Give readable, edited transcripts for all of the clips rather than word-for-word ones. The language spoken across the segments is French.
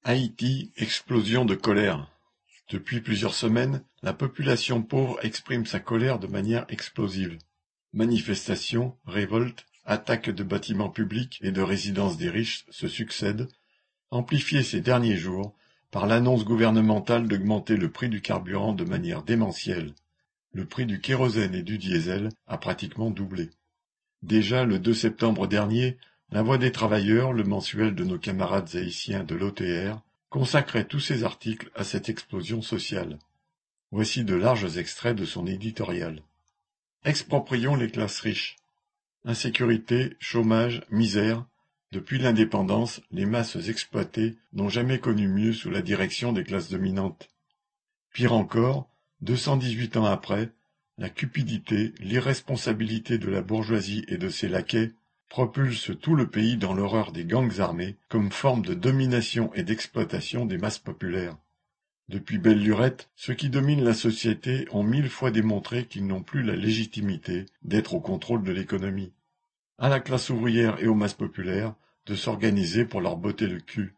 Haïti, explosion de colère. Depuis plusieurs semaines, la population pauvre exprime sa colère de manière explosive. Manifestations, révoltes, attaques de bâtiments publics et de résidences des riches se succèdent, amplifiées ces derniers jours par l'annonce gouvernementale d'augmenter le prix du carburant de manière démentielle. Le prix du kérosène et du diesel a pratiquement doublé. Déjà le 2 septembre dernier, La Voix des travailleurs, le mensuel de nos camarades haïtiens de l'OTR, consacrait tous ses articles à cette explosion sociale. Voici de larges extraits de son éditorial. Exproprions les classes riches. Insécurité, chômage, misère. Depuis l'indépendance, les masses exploitées n'ont jamais connu mieux sous la direction des classes dominantes. Pire encore, 218 ans après, la cupidité, l'irresponsabilité de la bourgeoisie et de ses laquais propulsent tout le pays dans l'horreur des gangs armés comme forme de domination et d'exploitation des masses populaires. Depuis belle lurette, ceux qui dominent la société ont 1000 fois démontré qu'ils n'ont plus la légitimité d'être au contrôle de l'économie. À la classe ouvrière et aux masses populaires de s'organiser pour leur botter le cul.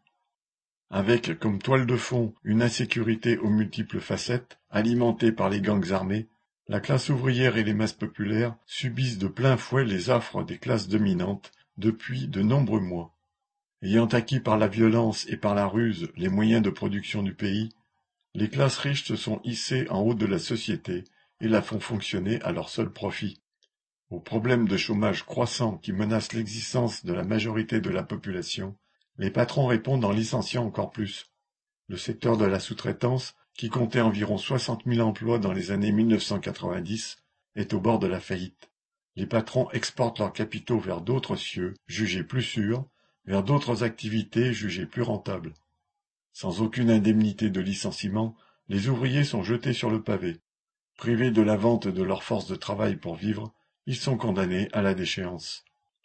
Avec comme toile de fond une insécurité aux multiples facettes, alimentée par les gangs armés, la classe ouvrière et les masses populaires subissent de plein fouet les affres des classes dominantes depuis de nombreux mois. Ayant acquis par la violence et par la ruse les moyens de production du pays, les classes riches se sont hissées en haut de la société et la font fonctionner à leur seul profit. Au problème de chômage croissant qui menace l'existence de la majorité de la population, les patrons répondent en licenciant encore plus. Le secteur de la sous-traitance, qui comptait environ 60 000 emplois dans les années 1990, est au bord de la faillite. Les patrons exportent leurs capitaux vers d'autres cieux, jugés plus sûrs, vers d'autres activités jugées plus rentables. Sans aucune indemnité de licenciement, les ouvriers sont jetés sur le pavé. Privés de la vente de leur force de travail pour vivre, ils sont condamnés à la déchéance.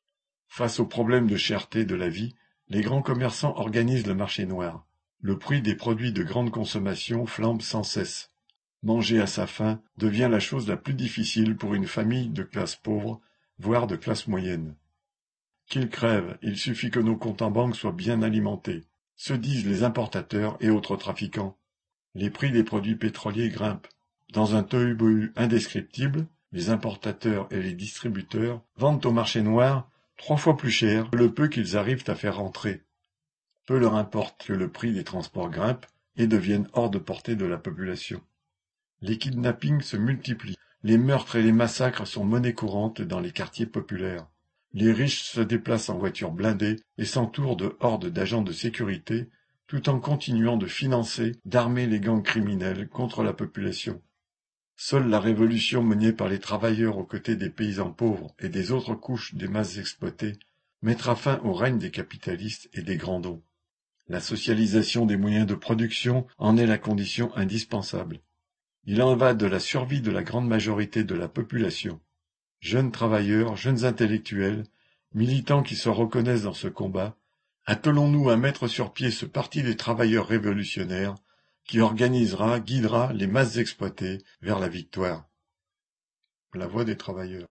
Face aux problèmes de cherté de la vie, les grands commerçants organisent le marché noir. Le prix des produits de grande consommation flambe sans cesse. Manger à sa faim devient la chose la plus difficile pour une famille de classe pauvre, voire de classe moyenne. Qu'ils crèvent, il suffit que nos comptes en banque soient bien alimentés, se disent les importateurs et autres trafiquants. Les prix des produits pétroliers grimpent. Dans un tohu-bohu indescriptible, les importateurs et les distributeurs vendent au marché noir 3 fois plus cher que le peu qu'ils arrivent à faire rentrer. Peu leur importe que le prix des transports grimpe et devienne hors de portée de la population. Les kidnappings se multiplient, les meurtres et les massacres sont monnaie courante dans les quartiers populaires. Les riches se déplacent en voitures blindées et s'entourent de hordes d'agents de sécurité, tout en continuant de financer, d'armer les gangs criminels contre la population. Seule la révolution menée par les travailleurs aux côtés des paysans pauvres et des autres couches des masses exploitées mettra fin au règne des capitalistes et des grandons. La socialisation des moyens de production en est la condition indispensable. Il en va de la survie de la grande majorité de la population. Jeunes travailleurs, jeunes intellectuels, militants qui se reconnaissent dans ce combat, attelons-nous à mettre sur pied ce parti des travailleurs révolutionnaires qui organisera, guidera les masses exploitées vers la victoire. La Voix des travailleurs.